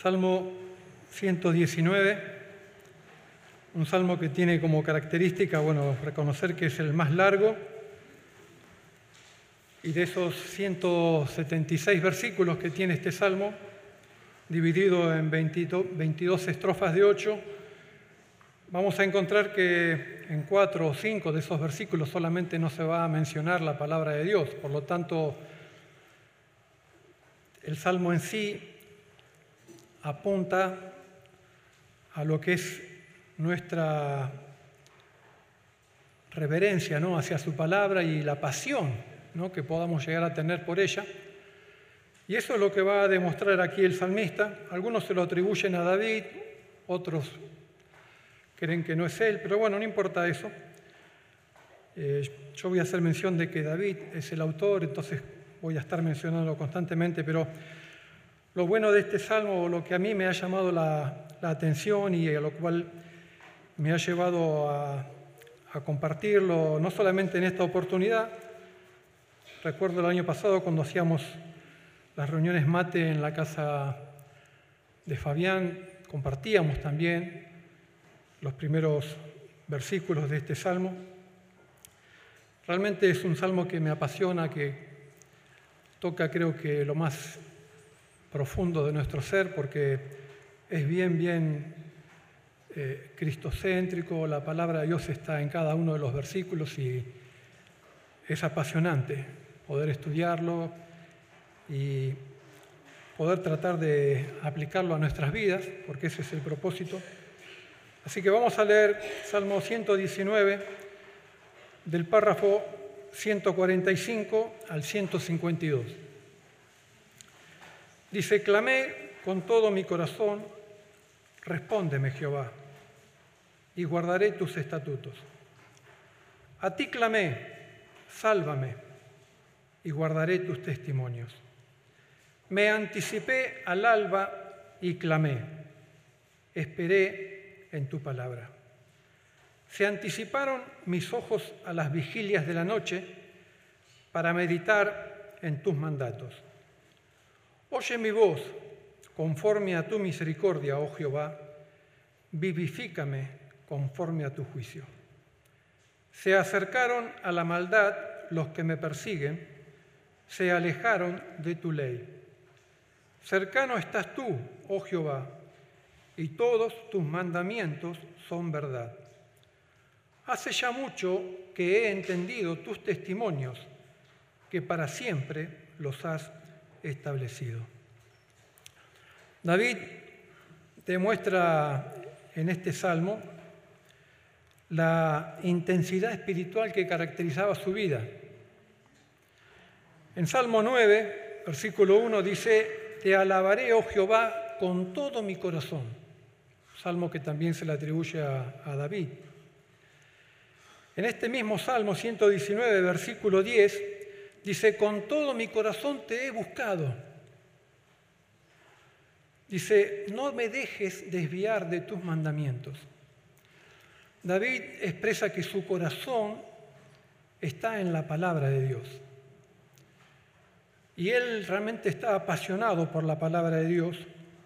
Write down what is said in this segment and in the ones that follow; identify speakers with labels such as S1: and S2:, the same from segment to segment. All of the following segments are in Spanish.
S1: Salmo 119, un salmo que tiene como característica, reconocer que es el más largo, y de esos 176 versículos que tiene este salmo, dividido en 22 estrofas de 8, vamos a encontrar que en 4 o 5 de esos versículos solamente no se va a mencionar la palabra de Dios. Por lo tanto, el salmo en sí apunta a lo que es nuestra reverencia, ¿no?, hacia su palabra y la pasión, ¿no?, que podamos llegar a tener por ella. Y eso es lo que va a demostrar aquí el salmista. Algunos se lo atribuyen a David, otros creen que no es él, pero bueno, no importa eso. Yo voy a hacer mención de que David es el autor, entonces voy a estar mencionándolo constantemente, pero lo bueno de este salmo, lo que a mí me ha llamado la atención y a lo cual me ha llevado a compartirlo, no solamente en esta oportunidad. Recuerdo el año pasado cuando hacíamos las reuniones mate en la casa de Fabián, compartíamos también los primeros versículos de este salmo. Realmente es un salmo que me apasiona, que toca, creo que, lo más profundo de nuestro ser, porque es bien cristocéntrico. La palabra de Dios está en cada uno de los versículos y es apasionante poder estudiarlo y poder tratar de aplicarlo a nuestras vidas, porque ese es el propósito. Así que vamos a leer Salmo 119, del párrafo 145 al 152. Dice: clamé con todo mi corazón, respóndeme, Jehová, y guardaré tus estatutos. A ti clamé, sálvame, y guardaré tus testimonios. Me anticipé al alba y clamé, esperé en tu palabra. Se anticiparon mis ojos a las vigilias de la noche para meditar en tus mandatos. Oye mi voz conforme a tu misericordia, oh Jehová, vivifícame conforme a tu juicio. Se acercaron a la maldad los que me persiguen, se alejaron de tu ley. Cercano estás tú, oh Jehová, y todos tus mandamientos son verdad. Hace ya mucho que he entendido tus testimonios, que para siempre los has establecido. David demuestra en este salmo la intensidad espiritual que caracterizaba su vida. En Salmo 9, versículo 1 dice: te alabaré, oh Jehová, con todo mi corazón. Salmo que también se le atribuye a David. En este mismo Salmo 119, versículo 10, dice: con todo mi corazón te he buscado. Dice: no me dejes desviar de tus mandamientos. David expresa que su corazón está en la palabra de Dios. Y él realmente está apasionado por la palabra de Dios.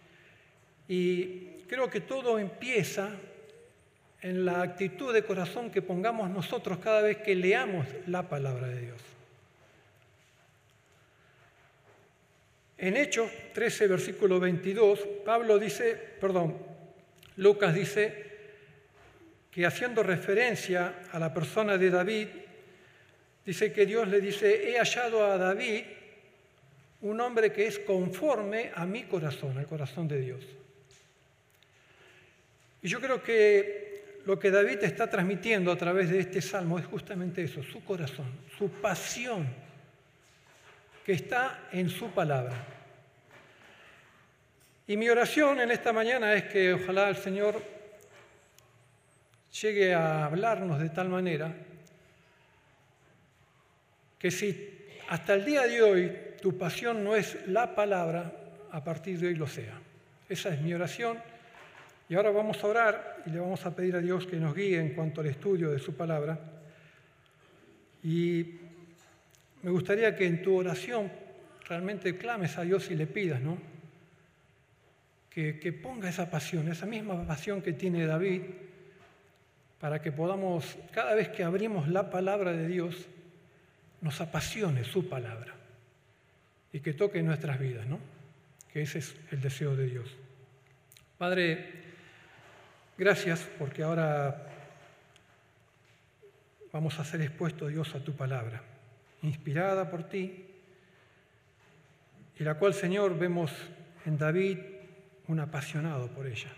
S1: Y creo que todo empieza en la actitud de corazón que pongamos nosotros cada vez que leamos la palabra de Dios. En Hechos 13, versículo 22, Lucas dice que, haciendo referencia a la persona de David, dice que Dios le dice: he hallado a David un hombre que es conforme a mi corazón, al corazón de Dios. Y yo creo que lo que David está transmitiendo a través de este salmo es justamente eso, su corazón, su pasión, que está en su palabra. Y mi oración en esta mañana es que ojalá el Señor llegue a hablarnos de tal manera que, si hasta el día de hoy tu pasión no es la palabra, a partir de hoy lo sea. Esa es mi oración. Y ahora vamos a orar y le vamos a pedir a Dios que nos guíe en cuanto al estudio de su palabra. Y me gustaría que en tu oración realmente clames a Dios y le pidas, ¿no?, que ponga esa pasión, esa misma pasión que tiene David, para que podamos, cada vez que abrimos la palabra de Dios, nos apasione su palabra y que toque nuestras vidas, ¿no? Que ese es el deseo de Dios. Padre, gracias porque ahora vamos a ser expuestos, Dios, a tu palabra, inspirada por ti, y la cual, Señor, vemos en David un apasionado por ella.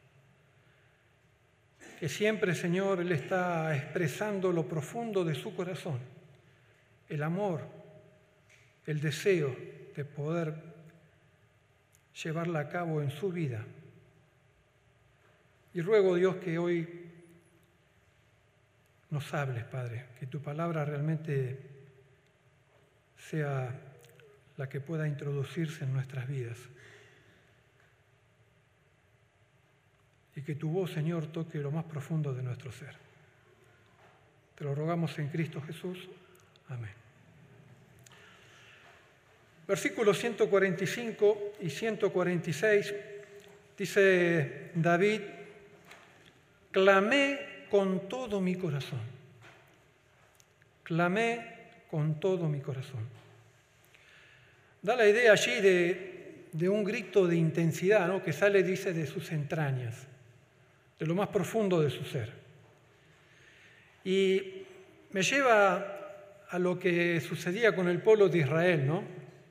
S1: Que siempre, Señor, él está expresando lo profundo de su corazón, el amor, el deseo de poder llevarla a cabo en su vida. Y ruego, Dios, que hoy nos hables, Padre, que tu palabra realmente sea la que pueda introducirse en nuestras vidas. Y que tu voz, Señor, toque lo más profundo de nuestro ser. Te lo rogamos en Cristo Jesús. Amén. Versículos 145 y 146 dice David: clamé con todo mi corazón. Clamé con todo mi corazón. Da la idea allí de un grito de intensidad, ¿no? Que sale, dice, de sus entrañas, de lo más profundo de su ser. Y me lleva a lo que sucedía con el pueblo de Israel, ¿no?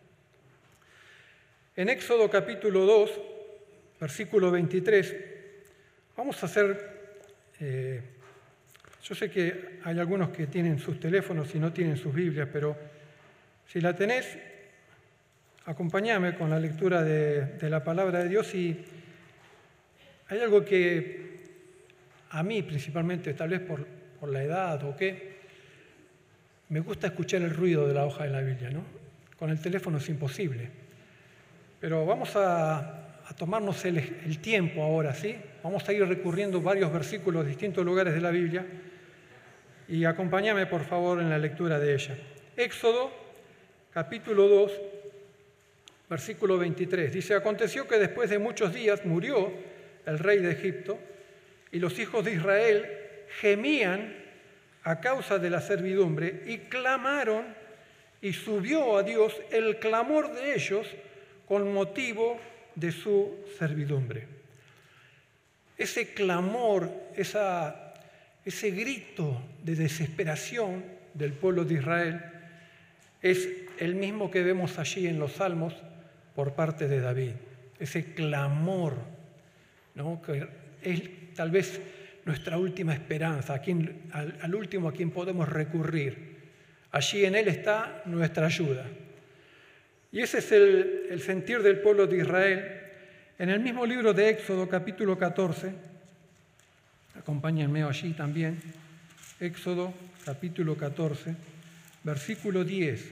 S1: En Éxodo capítulo 2, versículo 23, vamos a hacer, yo sé que hay algunos que tienen sus teléfonos y no tienen sus Biblias, pero si la tenés, acompáñame con la lectura de la palabra de Dios. Y hay algo que a mí principalmente, tal vez por la edad o qué, me gusta escuchar el ruido de la hoja de la Biblia, ¿no? Con el teléfono es imposible. Pero vamos a tomarnos el tiempo ahora, ¿sí? Vamos a ir recurriendo varios versículos de distintos lugares de la Biblia y acompáñame, por favor, en la lectura de ella. Éxodo, capítulo 2, versículo 23. Dice: aconteció que después de muchos días murió el rey de Egipto, y los hijos de Israel gemían a causa de la servidumbre y clamaron, y subió a Dios el clamor de ellos con motivo de su servidumbre. Ese clamor, ese grito de desesperación del pueblo de Israel es el mismo que vemos allí en los Salmos por parte de David. Ese clamor, ¿no? Que es tal vez nuestra última esperanza, al último a quien podemos recurrir. Allí en él está nuestra ayuda. Y ese es el sentir del pueblo de Israel. En el mismo libro de Éxodo, capítulo 14, acompáñenme allí también, Éxodo, capítulo 14, versículo 10.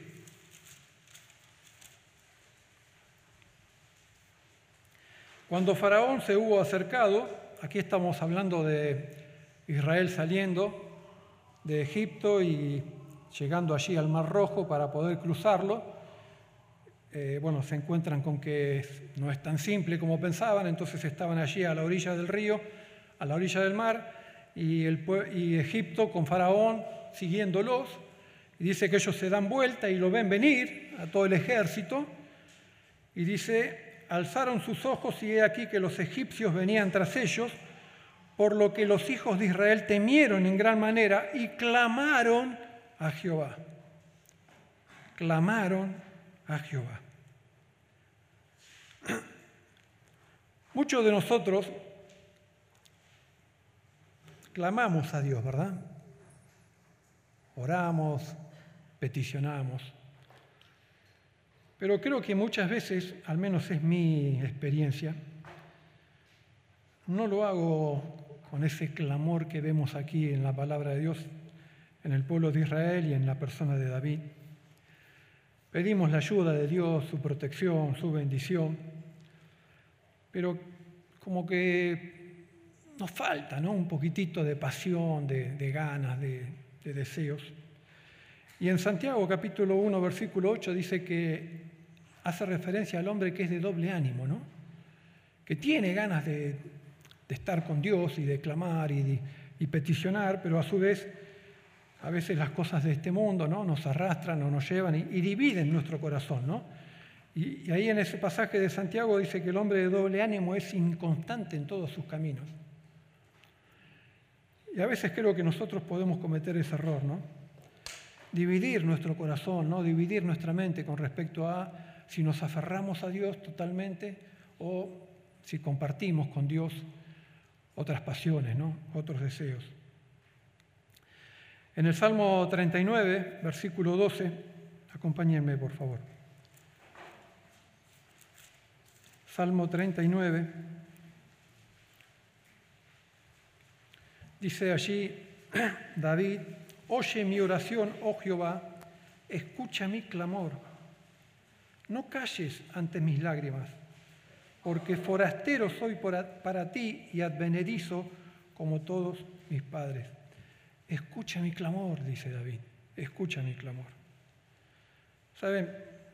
S1: Cuando Faraón se hubo acercado, aquí estamos hablando de Israel saliendo de Egipto y llegando allí al Mar Rojo para poder cruzarlo, se encuentran con que no es tan simple como pensaban, entonces estaban allí a la orilla del río, a la orilla del mar, y Egipto con Faraón siguiéndolos, y dice que ellos se dan vuelta y lo ven venir a todo el ejército, y dice: alzaron sus ojos y he aquí que los egipcios venían tras ellos, por lo que los hijos de Israel temieron en gran manera y clamaron a Jehová. Clamaron a Jehová. Muchos de nosotros clamamos a Dios, ¿verdad? Oramos, peticionamos. Pero creo que muchas veces, al menos es mi experiencia, no lo hago con ese clamor que vemos aquí en la palabra de Dios, en el pueblo de Israel y en la persona de David. Pedimos la ayuda de Dios, su protección, su bendición, pero como que nos falta, ¿no? Un poquitito de pasión, de ganas, de deseos. Y en Santiago capítulo 1, versículo 8 dice que hace referencia al hombre que es de doble ánimo, ¿no? que tiene ganas de estar con Dios y de clamar y peticionar, pero a su vez, a veces las cosas de este mundo, ¿no?, nos arrastran o nos llevan y dividen nuestro corazón, ¿no? Y ahí en ese pasaje de Santiago dice que el hombre de doble ánimo es inconstante en todos sus caminos. Y a veces creo que nosotros podemos cometer ese error, ¿no? Dividir nuestro corazón, ¿no? Dividir nuestra mente con respecto a si nos aferramos a Dios totalmente o si compartimos con Dios otras pasiones, ¿no?, otros deseos. En el Salmo 39, versículo 12, acompáñenme por favor. Salmo 39, dice allí David: oye mi oración, oh Jehová, escucha mi clamor. No calles ante mis lágrimas, porque forastero soy para ti y advenedizo como todos mis padres. Escucha mi clamor, dice David, escucha mi clamor. ¿Saben?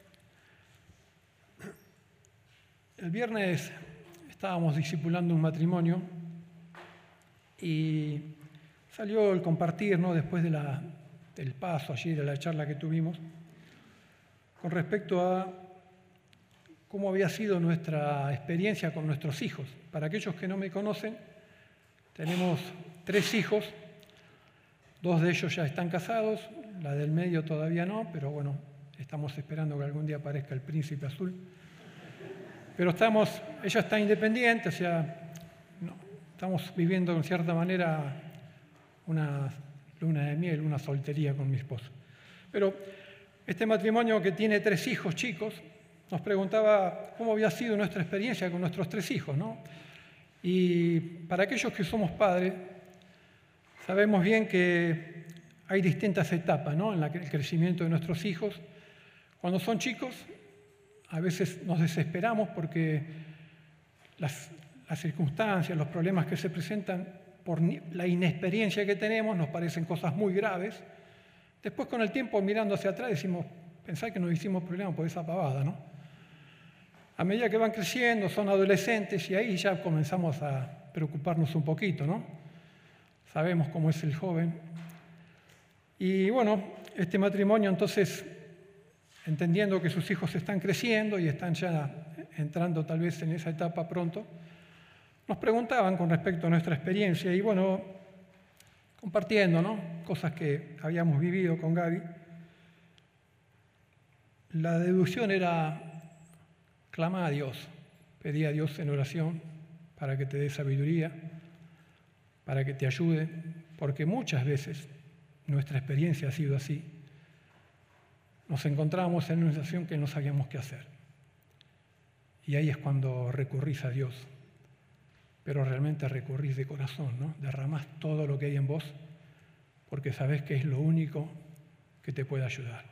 S1: El viernes estábamos discipulando un matrimonio y salió el compartir, ¿no?, después del paso allí, de la charla que tuvimos, con respecto a cómo había sido nuestra experiencia con nuestros hijos. Para aquellos que no me conocen, tenemos 3 hijos, 2 de ellos ya están casados, la del medio todavía no, pero bueno, estamos esperando que algún día aparezca el príncipe azul. Pero ella está independiente, o sea, no, estamos viviendo en cierta manera una luna de miel, una soltería con mi esposo. Pero este matrimonio que tiene 3 hijos chicos nos preguntaba cómo había sido nuestra experiencia con nuestros 3 hijos, ¿no? Y para aquellos que somos padres, sabemos bien que hay distintas etapas, ¿no?, en el crecimiento de nuestros hijos. Cuando son chicos, a veces nos desesperamos porque las circunstancias, los problemas que se presentan por la inexperiencia que tenemos nos parecen cosas muy graves. Después, con el tiempo, mirando hacia atrás, decimos, pensar que nos hicimos problemas por esa pavada, ¿no? A medida que van creciendo, son adolescentes y ahí ya comenzamos a preocuparnos un poquito, ¿no? Sabemos cómo es el joven. Y bueno, este matrimonio entonces, entendiendo que sus hijos están creciendo y están ya entrando tal vez en esa etapa pronto, nos preguntaban con respecto a nuestra experiencia y bueno, compartiendo, ¿no?, cosas que habíamos vivido con Gaby. La deducción era: clama a Dios, pedí a Dios en oración para que te dé sabiduría, para que te ayude, porque muchas veces nuestra experiencia ha sido así. Nos encontramos en una situación que no sabíamos qué hacer. Y ahí es cuando recurrís a Dios. Pero realmente recurrís de corazón, ¿no? Derramás todo lo que hay en vos porque sabés que es lo único que te puede ayudar.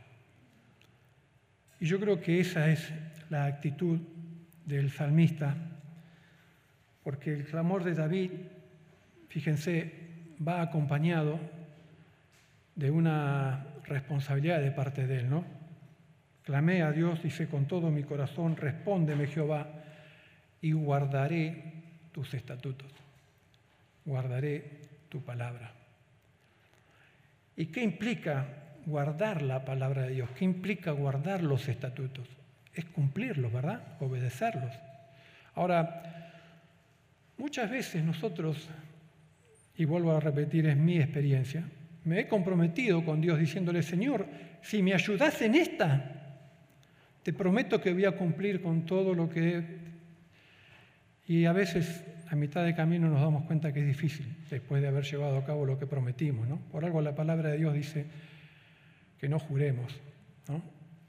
S1: Y yo creo que esa es la actitud del salmista, porque el clamor de David, fíjense, va acompañado de una responsabilidad de parte de él, ¿no? Clamé a Dios, dice, con todo mi corazón, respóndeme, Jehová, y guardaré tus estatutos, guardaré tu palabra. ¿Y qué implica guardar la palabra de Dios? ¿Qué implica guardar los estatutos? Es cumplirlos, ¿verdad? Obedecerlos. Ahora, muchas veces nosotros, y vuelvo a repetir, es mi experiencia, me he comprometido con Dios diciéndole, Señor, si me ayudas en esta, te prometo que voy a cumplir con todo lo que... Y a veces, a mitad de camino, nos damos cuenta que es difícil, después de haber llevado a cabo lo que prometimos, ¿no? Por algo la palabra de Dios dice que no juremos, ¿no?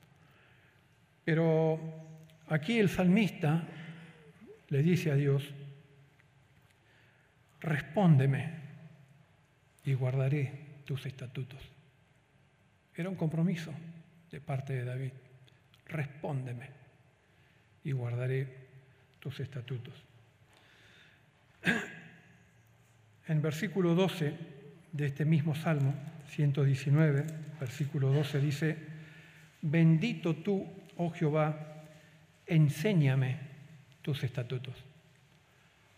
S1: Pero aquí el salmista le dice a Dios, respóndeme y guardaré tus estatutos. Era un compromiso de parte de David. Respóndeme y guardaré tus estatutos. En versículo 12 de este mismo Salmo 119, versículo 12 dice, bendito tú, oh Jehová, enséñame tus estatutos.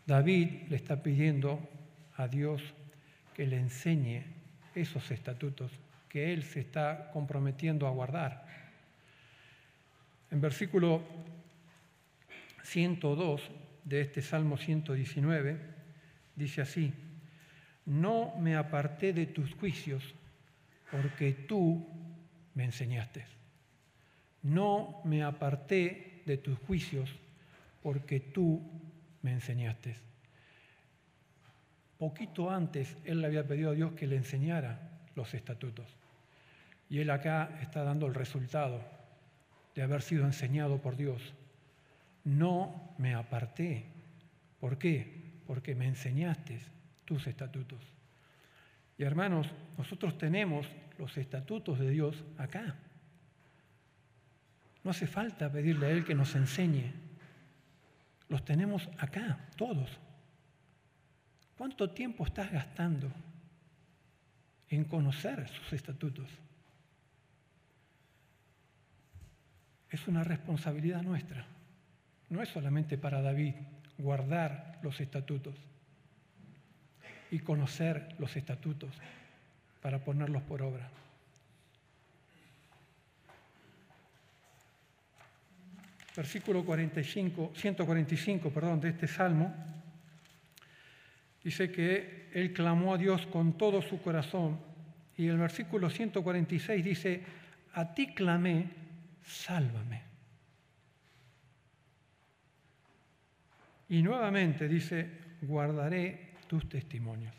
S1: David le está pidiendo a Dios que le enseñe esos estatutos que él se está comprometiendo a guardar. En versículo 102 de este Salmo 119 dice así: no me aparté de tus juicios porque tú me enseñaste. No me aparté de tus juicios porque tú me enseñaste. Poquito antes él le había pedido a Dios que le enseñara los estatutos. Y él acá está dando el resultado de haber sido enseñado por Dios. No me aparté. ¿Por qué? Porque me enseñaste tus estatutos. Y hermanos, nosotros tenemos los estatutos de Dios acá. No hace falta pedirle a Él que nos enseñe. Los tenemos acá, todos. ¿Cuánto tiempo estás gastando en conocer sus estatutos? Es una responsabilidad nuestra. No es solamente para David guardar los estatutos y conocer los estatutos para ponerlos por obra. Versículo 145 de este Salmo, dice que él clamó a Dios con todo su corazón. Y el versículo 146 dice: a ti clamé, sálvame. Y nuevamente dice: guardaré tus testimonios.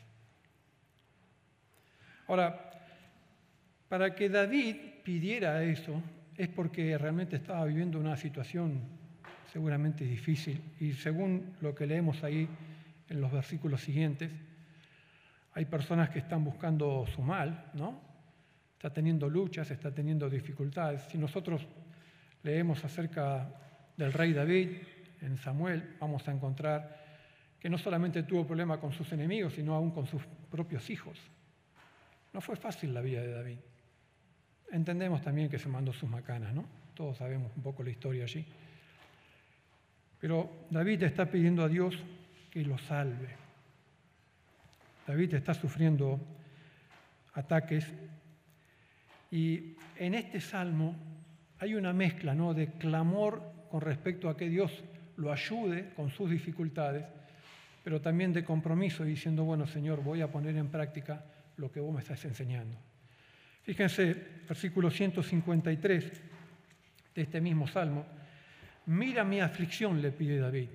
S1: Ahora, para que David pidiera eso, es porque realmente estaba viviendo una situación seguramente difícil. Y según lo que leemos ahí en los versículos siguientes, hay personas que están buscando su mal, ¿no? Está teniendo luchas, está teniendo dificultades. Si nosotros leemos acerca del rey David en Samuel, vamos a encontrar que no solamente tuvo problemas con sus enemigos, sino aún con sus propios hijos. No fue fácil la vida de David. Entendemos también que se mandó sus macanas, ¿no? Todos sabemos un poco la historia allí. Pero David está pidiendo a Dios que lo salve. David está sufriendo ataques y en este salmo hay una mezcla, ¿no?, de clamor con respecto a que Dios lo ayude con sus dificultades, pero también de compromiso diciendo: bueno, Señor, voy a poner en práctica lo que vos me estás enseñando. Fíjense, versículo 153 de este mismo salmo: mira mi aflicción, le pide David,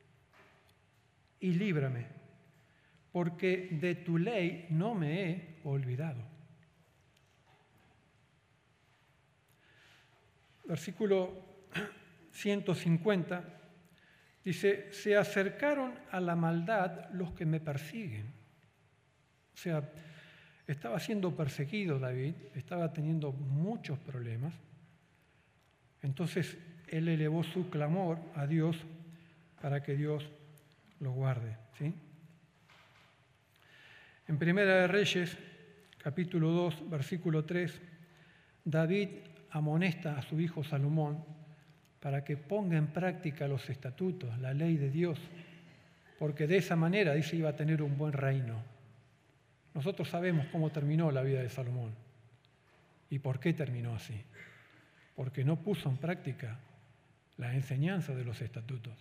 S1: y líbrame, porque de tu ley no me he olvidado. Versículo 150 dice: se acercaron a la maldad los que me persiguen. O sea, estaba siendo perseguido David, estaba teniendo muchos problemas. Entonces él elevó su clamor a Dios para que Dios lo guarde, ¿sí? En Primera de Reyes, capítulo 2, versículo 3, David amonesta a su hijo Salomón para que ponga en práctica los estatutos, la ley de Dios, porque de esa manera, dice, iba a tener un buen reino. Nosotros sabemos cómo terminó la vida de Salomón y por qué terminó así. Porque no puso en práctica la enseñanza de los estatutos.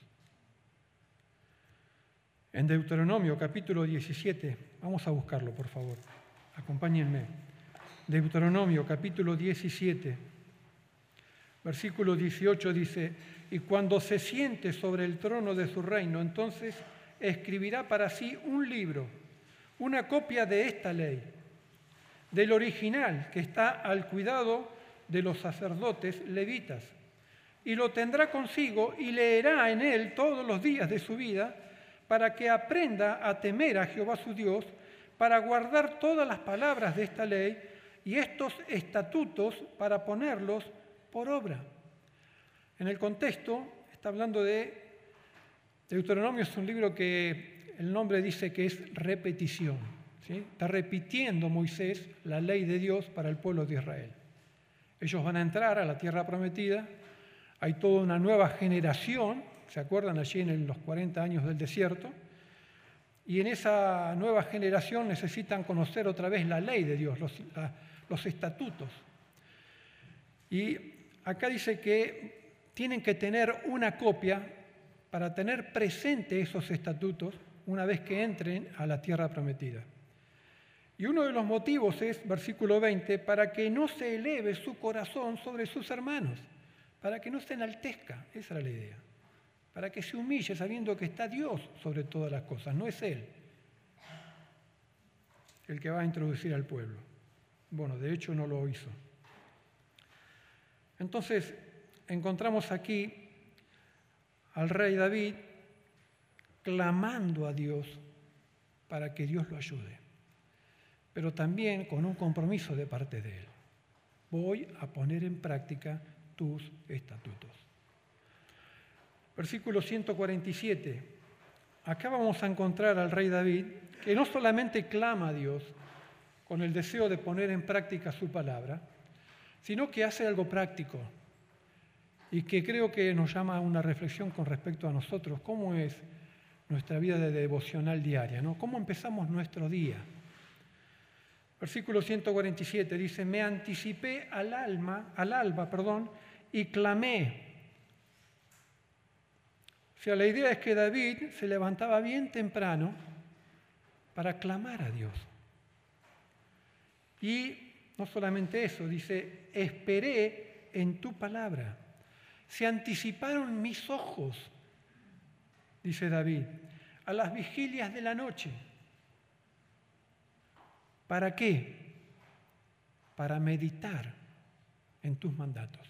S1: En Deuteronomio capítulo 17, vamos a buscarlo por favor, acompáñenme. Deuteronomio capítulo 17, versículo 18 dice: y cuando se siente sobre el trono de su reino, entonces escribirá para sí un libro, una copia de esta ley, del original que está al cuidado de los sacerdotes levitas, y lo tendrá consigo y leerá en él todos los días de su vida, para que aprenda a temer a Jehová su Dios, para guardar todas las palabras de esta ley y estos estatutos para ponerlos por obra. En el contexto está hablando de Deuteronomio, es un libro que el nombre dice que es repetición, ¿sí? Está repitiendo Moisés la ley de Dios para el pueblo de Israel. Ellos van a entrar a la tierra prometida, hay toda una nueva generación. ¿Se acuerdan allí en los 40 años del desierto? y en esa nueva generación necesitan conocer otra vez la ley de Dios, los estatutos. Y acá dice que tienen que tener una copia para tener presente esos estatutos una vez que entren a la tierra prometida. Y uno de los motivos es, versículo 20, para que no se eleve su corazón sobre sus hermanos, para que no se enaltezca, esa era la idea, para que se humille sabiendo que está Dios sobre todas las cosas, no es Él el que va a introducir al pueblo. Bueno, de hecho no lo hizo. Entonces, encontramos aquí al rey David clamando a Dios para que Dios lo ayude, pero también con un compromiso de parte de él. Voy a poner en práctica tus estatutos. Versículo 147. Acá vamos a encontrar al rey David que no solamente clama a Dios con el deseo de poner en práctica su palabra, sino que hace algo práctico y que creo que nos llama a una reflexión con respecto a nosotros. ¿Cómo es nuestra vida de devocional diaria, ¿no? ¿Cómo empezamos nuestro día? Versículo 147 dice, me anticipé al alba, y clamé. O sea, la idea es que David se levantaba bien temprano para clamar a Dios. Y no solamente eso, dice, esperé en tu palabra. Se anticiparon mis ojos, dice David, a las vigilias de la noche. ¿Para qué? Para meditar en tus mandatos.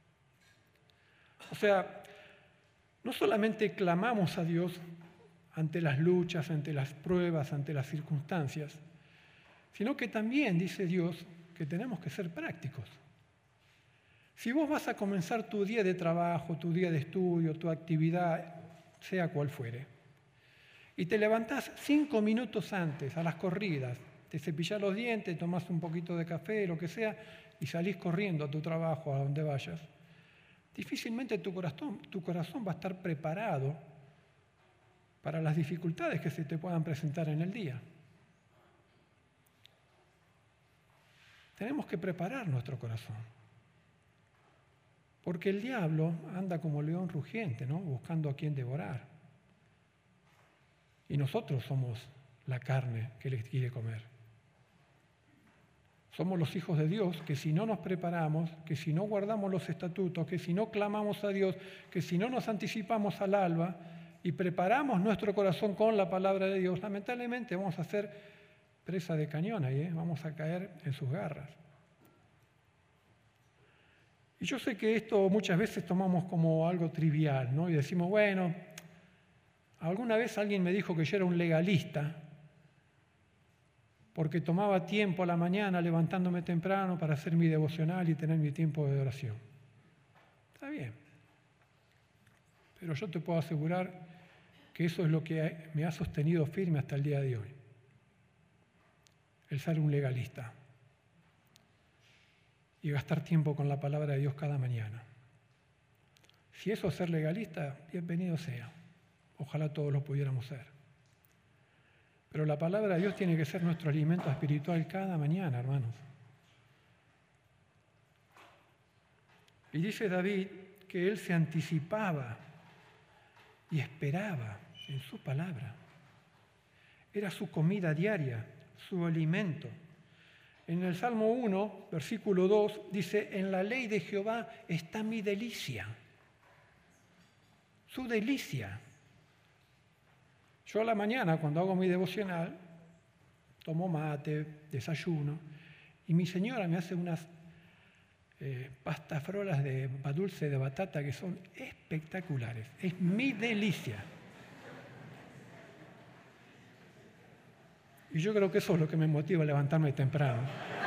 S1: O sea, no solamente clamamos a Dios ante las luchas, ante las pruebas, ante las circunstancias, sino que también dice Dios que tenemos que ser prácticos. Si vos vas a comenzar tu día de trabajo, tu día de estudio, tu actividad, sea cual fuere, y te levantás 5 minutos antes, a las corridas, te cepillás los dientes, tomás un poquito de café, lo que sea, y salís corriendo a tu trabajo, a donde vayas, difícilmente tu corazón va a estar preparado para las dificultades que se te puedan presentar en el día. Tenemos que preparar nuestro corazón, porque el diablo anda como león rugiente, ¿no? Buscando a quien devorar. Y nosotros somos la carne que les quiere comer. Somos los hijos de Dios que si no nos preparamos, que si no guardamos los estatutos, que si no clamamos a Dios, que si no nos anticipamos al alba y preparamos nuestro corazón con la palabra de Dios, lamentablemente vamos a ser presa de cañón ahí, vamos a caer en sus garras. Y yo sé que esto muchas veces tomamos como algo trivial, ¿no? Y decimos, bueno, alguna vez alguien me dijo que yo era un legalista porque tomaba tiempo a la mañana levantándome temprano para hacer mi devocional y tener mi tiempo de oración. Está bien. Pero yo te puedo asegurar que eso es lo que me ha sostenido firme hasta el día de hoy. El ser un legalista y gastar tiempo con la palabra de Dios cada mañana. Si eso es ser legalista, bienvenido sea. Ojalá todos lo pudiéramos ser. Pero la palabra de Dios tiene que ser nuestro alimento espiritual cada mañana, hermanos. Y dice David que él se anticipaba y esperaba en su palabra. Era su comida diaria, su alimento. En el Salmo 1, versículo 2, dice, en la ley de Jehová está mi delicia. Su delicia. Yo a la mañana, cuando hago mi devocional, tomo mate, desayuno, y mi señora me hace unas pastafrolas de dulce de batata que son espectaculares. Es mi delicia. Y yo creo que eso es lo que me motiva a levantarme temprano.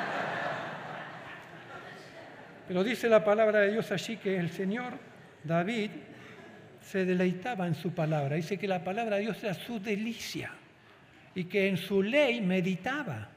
S1: Pero dice la palabra de Dios allí que el Señor David se deleitaba en su palabra. Dice que la palabra de Dios era su delicia y que en su ley meditaba.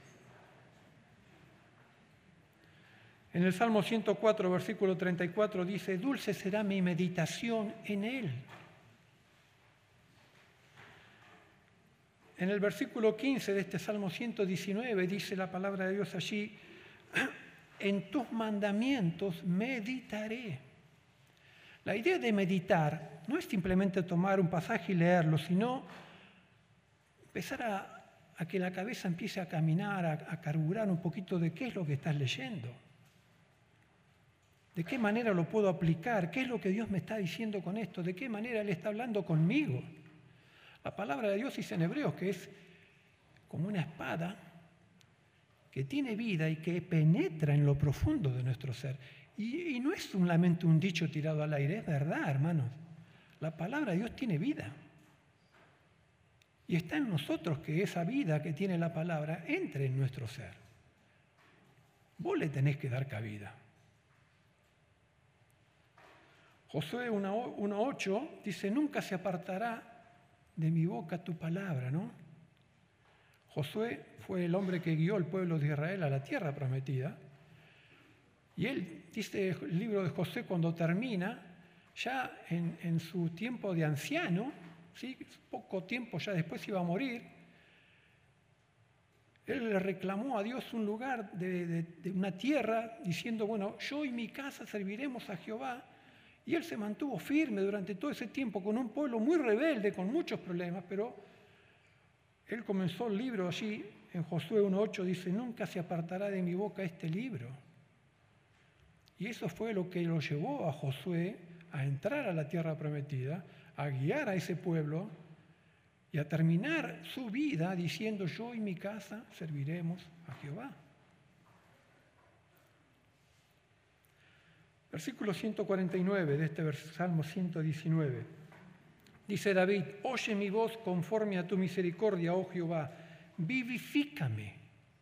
S1: En el Salmo 104, versículo 34 dice, dulce será mi meditación en él. en el versículo 15 de este Salmo 119 dice la palabra de Dios allí, en tus mandamientos meditaré. La idea de meditar no es simplemente tomar un pasaje y leerlo, sino empezar a que la cabeza empiece a caminar, a carburar un poquito de qué es lo que estás leyendo. ¿De qué manera lo puedo aplicar? ¿Qué es lo que Dios me está diciendo con esto? ¿De qué manera Él está hablando conmigo? La palabra de Dios dice en Hebreos que es como una espada que tiene vida y que penetra en lo profundo de nuestro ser. Y no es solamente un dicho tirado al aire, es verdad, hermanos. La palabra de Dios tiene vida. Y está en nosotros que esa vida que tiene la palabra entre en nuestro ser. Vos le tenés que dar cabida. Josué 1:8 dice, nunca se apartará de mi boca tu palabra, ¿no? Josué fue el hombre que guió al pueblo de Israel a la tierra prometida. Y él, dice el libro de Josué, cuando termina, ya en su tiempo de anciano, ¿sí? Poco tiempo ya después iba a morir, él le reclamó a Dios un lugar de una tierra, diciendo, bueno, yo y mi casa serviremos a Jehová. Y él se mantuvo firme durante todo ese tiempo con un pueblo muy rebelde, con muchos problemas, pero él comenzó el libro allí, en Josué 1:8, dice, nunca se apartará de mi boca este libro. Y eso fue lo que lo llevó a Josué a entrar a la tierra prometida, a guiar a ese pueblo y a terminar su vida diciendo, yo y mi casa serviremos a Jehová. Versículo 149 de este Salmo 119. Dice David, oye mi voz conforme a tu misericordia, oh Jehová, vivifícame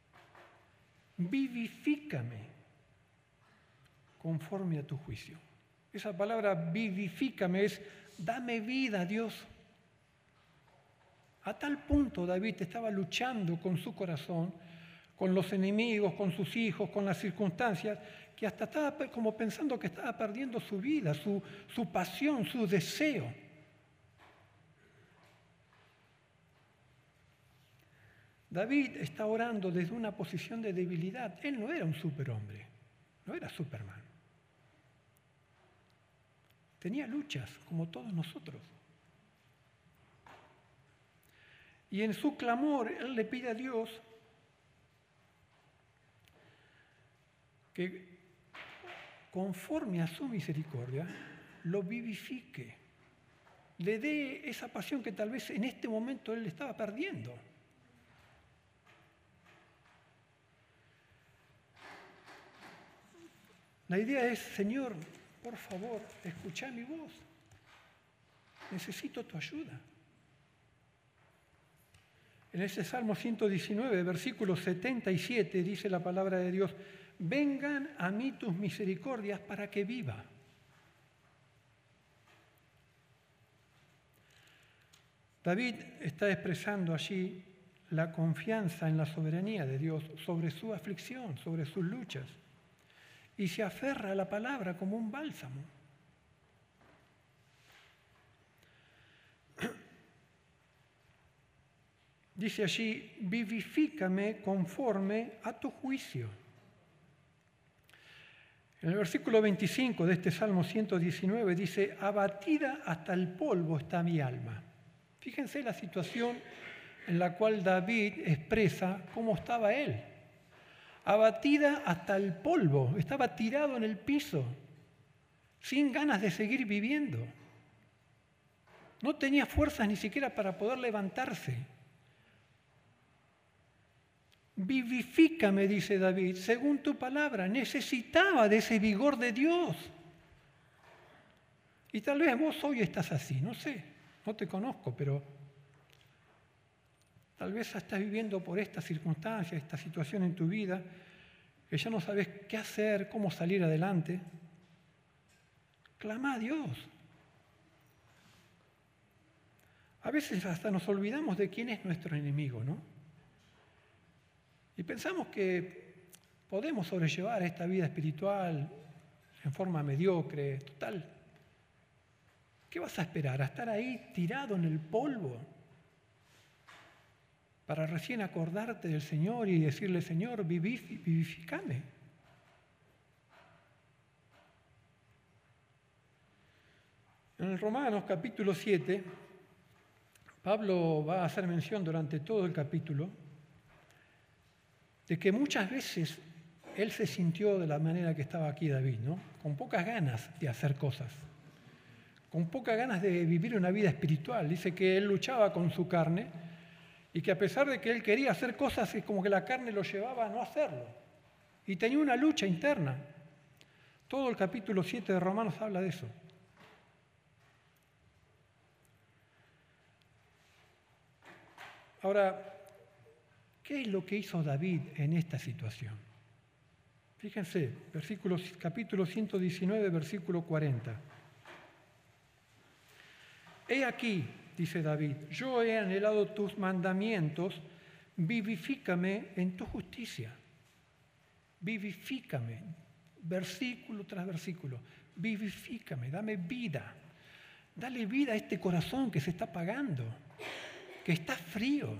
S1: conforme a tu juicio. Esa palabra vivifícame es, dame vida, Dios. A tal punto David estaba luchando con su corazón, con los enemigos, con sus hijos, con las circunstancias, que hasta estaba como pensando que estaba perdiendo su vida, su pasión, su deseo. David está orando desde una posición de debilidad. Él no era un superhombre, no era Superman. Tenía luchas, como todos nosotros. Y en su clamor, él le pide a Dios que, conforme a su misericordia, lo vivifique. Le dé esa pasión que tal vez en este momento él estaba perdiendo. La idea es, Señor, por favor, escuchá mi voz. Necesito tu ayuda. En ese Salmo 119, versículo 77, dice la palabra de Dios, vengan a mí tus misericordias para que viva. David está expresando allí la confianza en la soberanía de Dios sobre su aflicción, sobre sus luchas, y se aferra a la palabra como un bálsamo. Dice allí, vivifícame conforme a tu juicio. En el versículo 25 de este Salmo 119 dice, abatida hasta el polvo está mi alma. Fíjense la situación en la cual David expresa cómo estaba él. Abatida hasta el polvo, estaba tirado en el piso, sin ganas de seguir viviendo. No tenía fuerzas ni siquiera para poder levantarse. Vivifícame, dice David, según tu palabra. Necesitaba de ese vigor de Dios. Y tal vez vos hoy estás así, no sé, no te conozco, pero tal vez estás viviendo por esta circunstancia, esta situación en tu vida, que ya no sabes qué hacer, cómo salir adelante. Clama a Dios. A veces hasta nos olvidamos de quién es nuestro enemigo, ¿no? Y pensamos que podemos sobrellevar esta vida espiritual en forma mediocre, total. ¿Qué vas a esperar? ¿A estar ahí tirado en el polvo? para recién acordarte del Señor y decirle, Señor, vivifícame. En el Romanos capítulo 7, Pablo va a hacer mención durante todo el capítulo de que muchas veces él se sintió de la manera que estaba aquí David, ¿no? Con pocas ganas de hacer cosas, con pocas ganas de vivir una vida espiritual. Dice que él luchaba con su carne y que a pesar de que él quería hacer cosas, es como que la carne lo llevaba a no hacerlo. Y tenía una lucha interna. Todo el capítulo 7 de Romanos habla de eso. Ahora, ¿qué es lo que hizo David en esta situación? Fíjense, capítulo 119, versículo 40. He aquí, dice David, yo he anhelado tus mandamientos, vivifícame en tu justicia. Vivifícame, versículo tras versículo. Vivifícame, dame vida. Dale vida a este corazón que se está apagando, que está frío.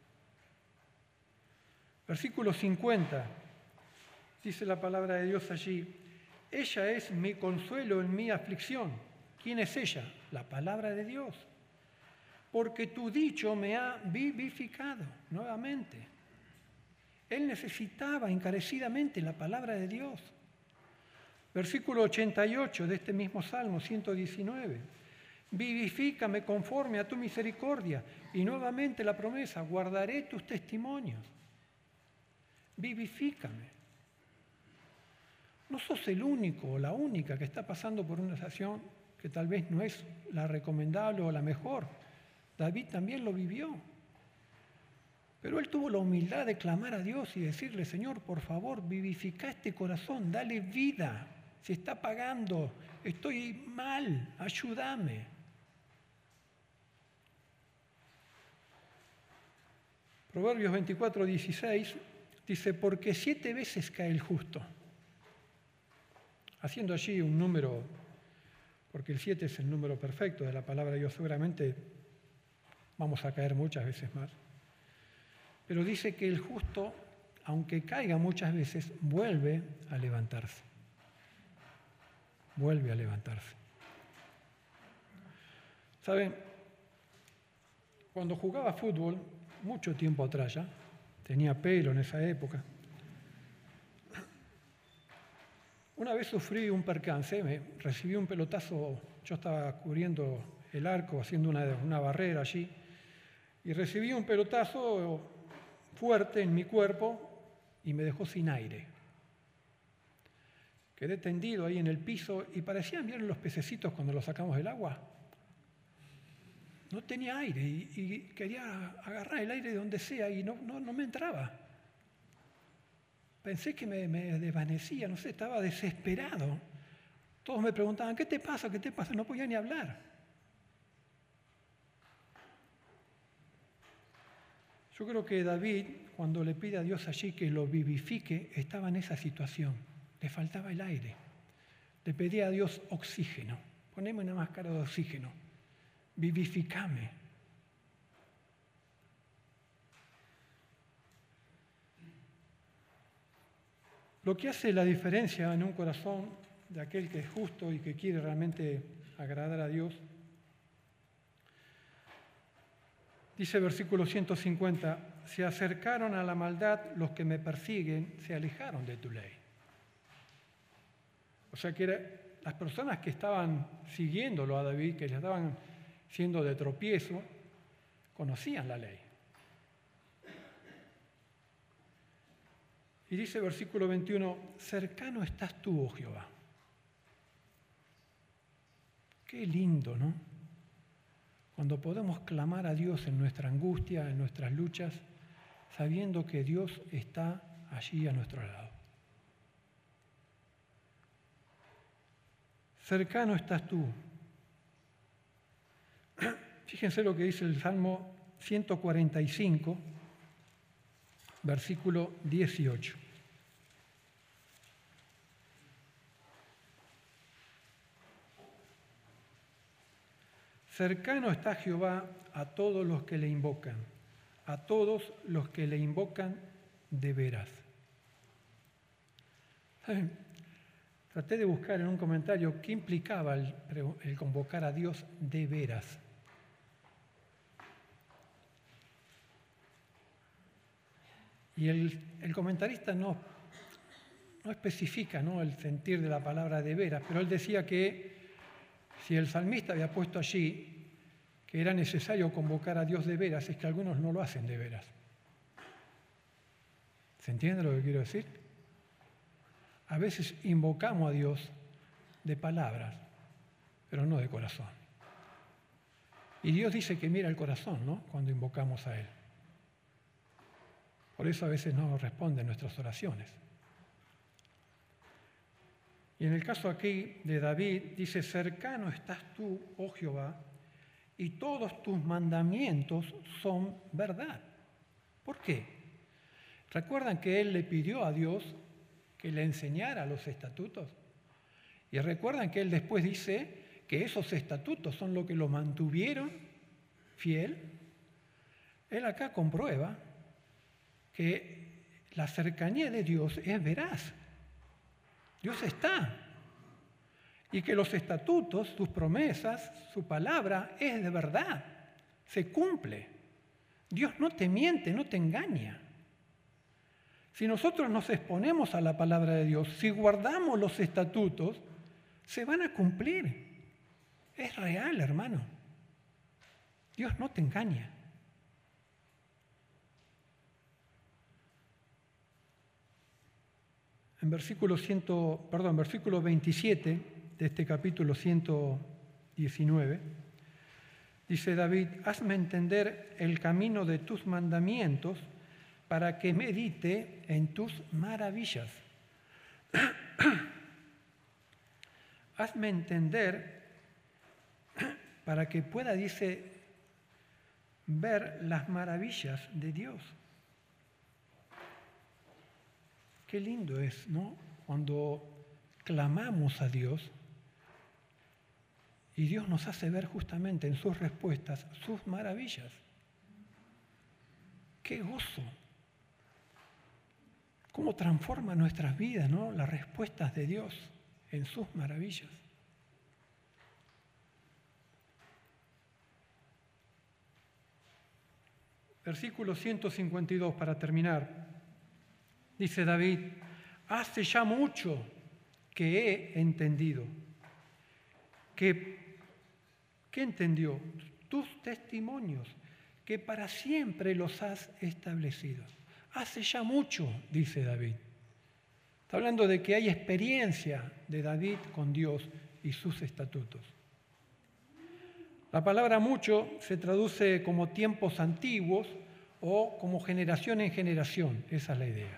S1: Versículo 50, dice la palabra de Dios allí, ella es mi consuelo en mi aflicción. ¿Quién es ella? La palabra de Dios. Porque tu dicho me ha vivificado nuevamente. Él necesitaba encarecidamente la palabra de Dios. Versículo 88 de este mismo Salmo 119. Vivifícame conforme a tu misericordia. Y nuevamente la promesa, guardaré tus testimonios. Vivifícame. No sos el único o la única que está pasando por una situación que tal vez no es la recomendable o la mejor. David también lo vivió. Pero él tuvo la humildad de clamar a Dios y decirle, Señor, por favor, vivifica este corazón, dale vida. Se está apagando, estoy mal, ayúdame. Proverbios 24, 16 dice, porque 7 veces cae el justo. Haciendo allí un número, porque el 7 es el número perfecto de la palabra de Dios, seguramente vamos a caer muchas veces más. Pero dice que el justo, aunque caiga muchas veces, vuelve a levantarse. Vuelve a levantarse. ¿Saben? Cuando jugaba fútbol, mucho tiempo atrás ya, tenía pelo en esa época, una vez sufrí un percance, recibí un pelotazo, yo estaba cubriendo el arco, haciendo una barrera allí, y recibí un pelotazo fuerte en mi cuerpo y me dejó sin aire. Quedé tendido ahí en el piso y parecían bien los pececitos cuando los sacamos del agua. No tenía aire y quería agarrar el aire de donde sea y no me entraba. Pensé que me desvanecía, no sé, estaba desesperado. Todos me preguntaban, ¿qué te pasa? ¿Qué te pasa? No podía ni hablar. Yo creo que David, cuando le pide a Dios allí que lo vivifique, estaba en esa situación. Le faltaba el aire. Le pedía a Dios oxígeno. Poneme una máscara de oxígeno. Vivificame. Lo que hace la diferencia en un corazón de aquel que es justo y que quiere realmente agradar a Dios, dice el versículo 150, se acercaron a la maldad los que me persiguen, se alejaron de tu ley. O sea que las personas que estaban siguiéndolo a David, que le estaban siendo de tropiezo, conocían la ley. Y dice el versículo 21, cercano estás tú, oh Jehová. Qué lindo, ¿no? Cuando podemos clamar a Dios en nuestra angustia, en nuestras luchas, sabiendo que Dios está allí a nuestro lado. Cercano estás tú. Fíjense lo que dice el Salmo 145, versículo 18. Cercano está Jehová a todos los que le invocan, a todos los que le invocan de veras. ¿Saben? Traté de buscar en un comentario qué implicaba el convocar a Dios de veras. Y el comentarista no especifica, ¿no?, el sentir de la palabra de veras, pero él decía que si el salmista había puesto allí que era necesario convocar a Dios de veras, es que algunos no lo hacen de veras. ¿Se entiende lo que quiero decir? A veces invocamos a Dios de palabras, pero no de corazón. Y Dios dice que mira el corazón, ¿no?, cuando invocamos a Él. Por eso a veces no responden nuestras oraciones. Y en el caso aquí de David, dice, cercano estás tú, oh Jehová, y todos tus mandamientos son verdad. ¿Por qué? ¿Recuerdan que él le pidió a Dios que le enseñara los estatutos? Y recuerdan que él después dice que esos estatutos son lo que lo mantuvieron fiel. Él acá comprueba que la cercanía de Dios es veraz. Dios está. Y que los estatutos, sus promesas, su palabra es de verdad. Se cumple. Dios no te miente, no te engaña. Si nosotros nos exponemos a la palabra de Dios, si guardamos los estatutos, se van a cumplir. Es real, hermano. Dios no te engaña. En versículo 27 de este capítulo 119, dice David, hazme entender el camino de tus mandamientos para que medite en tus maravillas. Hazme entender para que pueda, dice, ver las maravillas de Dios. Qué lindo es, ¿no?, cuando clamamos a Dios y Dios nos hace ver justamente en sus respuestas sus maravillas. ¡Qué gozo! ¿Cómo transforma nuestras vidas, ¿no?, las respuestas de Dios en sus maravillas? Versículo 152 para terminar. Dice David, hace ya mucho que he entendido. ¿Qué entendió? Tus testimonios, que para siempre los has establecido. Hace ya mucho, dice David. Está hablando de que hay experiencia de David con Dios y sus estatutos. La palabra mucho se traduce como tiempos antiguos o como generación en generación. Esa es la idea.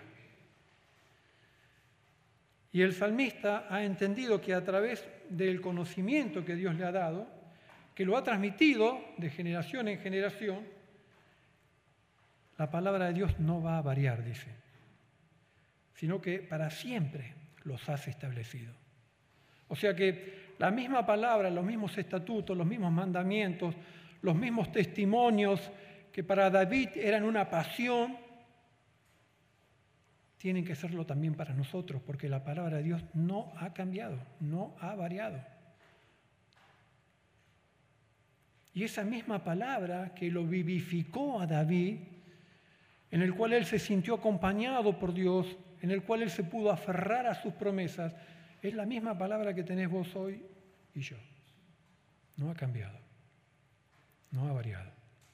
S1: Y el salmista ha entendido que a través del conocimiento que Dios le ha dado, que lo ha transmitido de generación en generación, la palabra de Dios no va a variar, dice, sino que para siempre los has establecido. O sea que la misma palabra, los mismos estatutos, los mismos mandamientos, los mismos testimonios que para David eran una pasión, tienen que serlo también para nosotros, porque la palabra de Dios no ha cambiado, no ha variado. Y esa misma palabra que lo vivificó a David, en el cual él se sintió acompañado por Dios, en el cual él se pudo aferrar a sus promesas, es la misma palabra que tenés vos hoy y yo. No ha cambiado, no ha variado.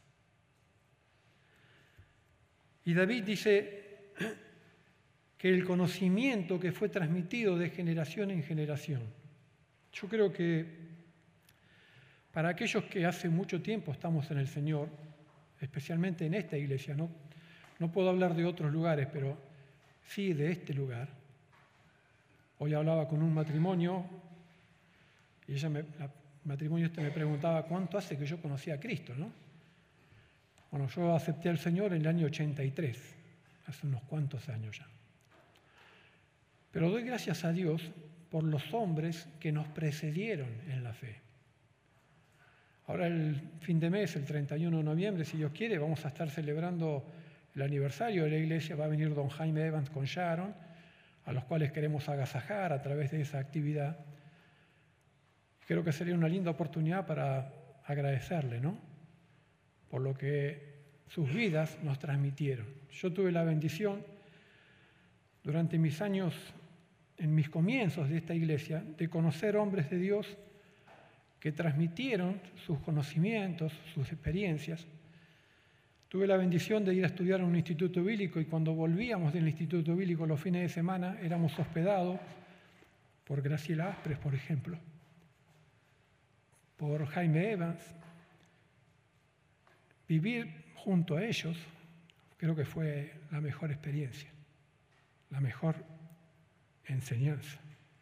S1: Y David dice que el conocimiento que fue transmitido de generación en generación. Yo creo que para aquellos que hace mucho tiempo estamos en el Señor, especialmente en esta iglesia, no puedo hablar de otros lugares, pero sí de este lugar. Hoy hablaba con un matrimonio y el matrimonio me preguntaba cuánto hace que yo conocí a Cristo, ¿no? Bueno, yo acepté al Señor en el año 83, hace unos cuantos años ya. Pero doy gracias a Dios por los hombres que nos precedieron en la fe. Ahora el fin de mes, el 31 de noviembre, si Dios quiere, vamos a estar celebrando el aniversario de la iglesia. Va a venir don Jaime Evans con Sharon, a los cuales queremos agasajar a través de esa actividad. Creo que sería una linda oportunidad para agradecerle, ¿no?, por lo que sus vidas nos transmitieron. Yo tuve la bendición, durante mis años, en mis comienzos de esta iglesia, de conocer hombres de Dios que transmitieron sus conocimientos, sus experiencias. Tuve la bendición de ir a estudiar en un instituto bíblico y cuando volvíamos del instituto bíblico los fines de semana éramos hospedados por Graciela Aspres, por ejemplo, por Jaime Evans. Vivir junto a ellos creo que fue la mejor experiencia, la mejor enseñanza.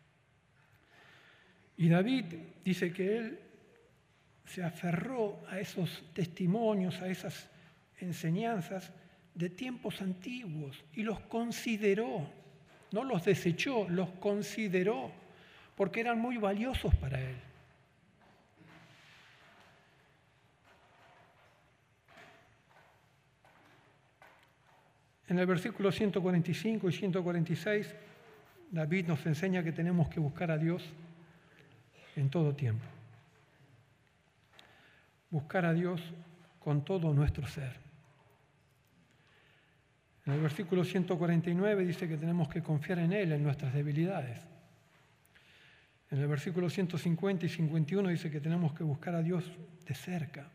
S1: Y David dice que él se aferró a esos testimonios, a esas enseñanzas de tiempos antiguos y los consideró, no los desechó, los consideró, porque eran muy valiosos para él. En el versículo 145 y 146, David nos enseña que tenemos que buscar a Dios en todo tiempo. Buscar a Dios con todo nuestro ser. En el versículo 149 dice que tenemos que confiar en Él en nuestras debilidades. En el versículo 150 y 51 dice que tenemos que buscar a Dios de cerca.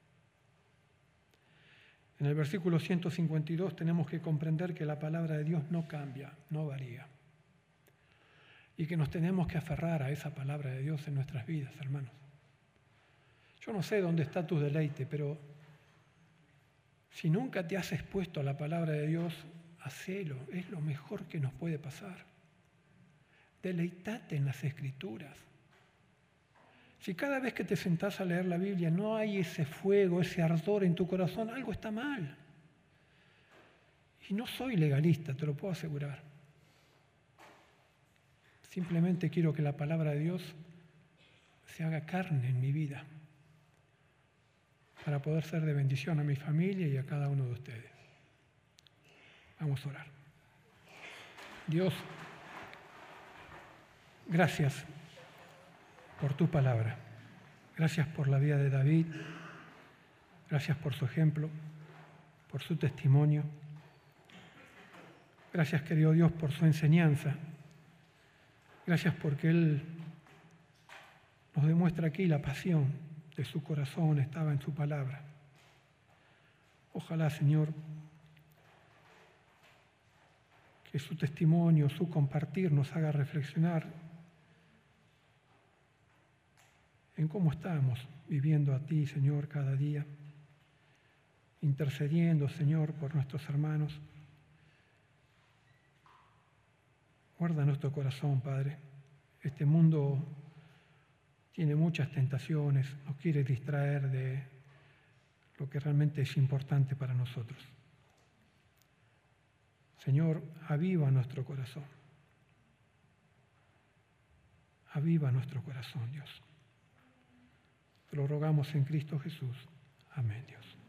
S1: En el versículo 152 tenemos que comprender que la palabra de Dios no cambia, no varía. Y que nos tenemos que aferrar a esa palabra de Dios en nuestras vidas, hermanos. Yo no sé dónde está tu deleite, pero si nunca te has expuesto a la palabra de Dios, hacelo, es lo mejor que nos puede pasar. Deleitate en las Escrituras. Si cada vez que te sentás a leer la Biblia no hay ese fuego, ese ardor en tu corazón, algo está mal. Y no soy legalista, te lo puedo asegurar. Simplemente quiero que la palabra de Dios se haga carne en mi vida para poder ser de bendición a mi familia y a cada uno de ustedes. Vamos a orar. Dios, gracias por tu palabra. Gracias por la vida de David. Gracias por su ejemplo, por su testimonio. Gracias, querido Dios, por su enseñanza. Gracias porque Él nos demuestra aquí la pasión de su corazón estaba en su palabra. Ojalá, Señor, que su testimonio, su compartir nos haga reflexionar en cómo estamos viviendo a ti, Señor, cada día, intercediendo, Señor, por nuestros hermanos. Guarda nuestro corazón, Padre. Este mundo tiene muchas tentaciones, nos quiere distraer de lo que realmente es importante para nosotros. Señor, aviva nuestro corazón. Aviva nuestro corazón, Dios. Te lo rogamos en Cristo Jesús. Amén, Dios.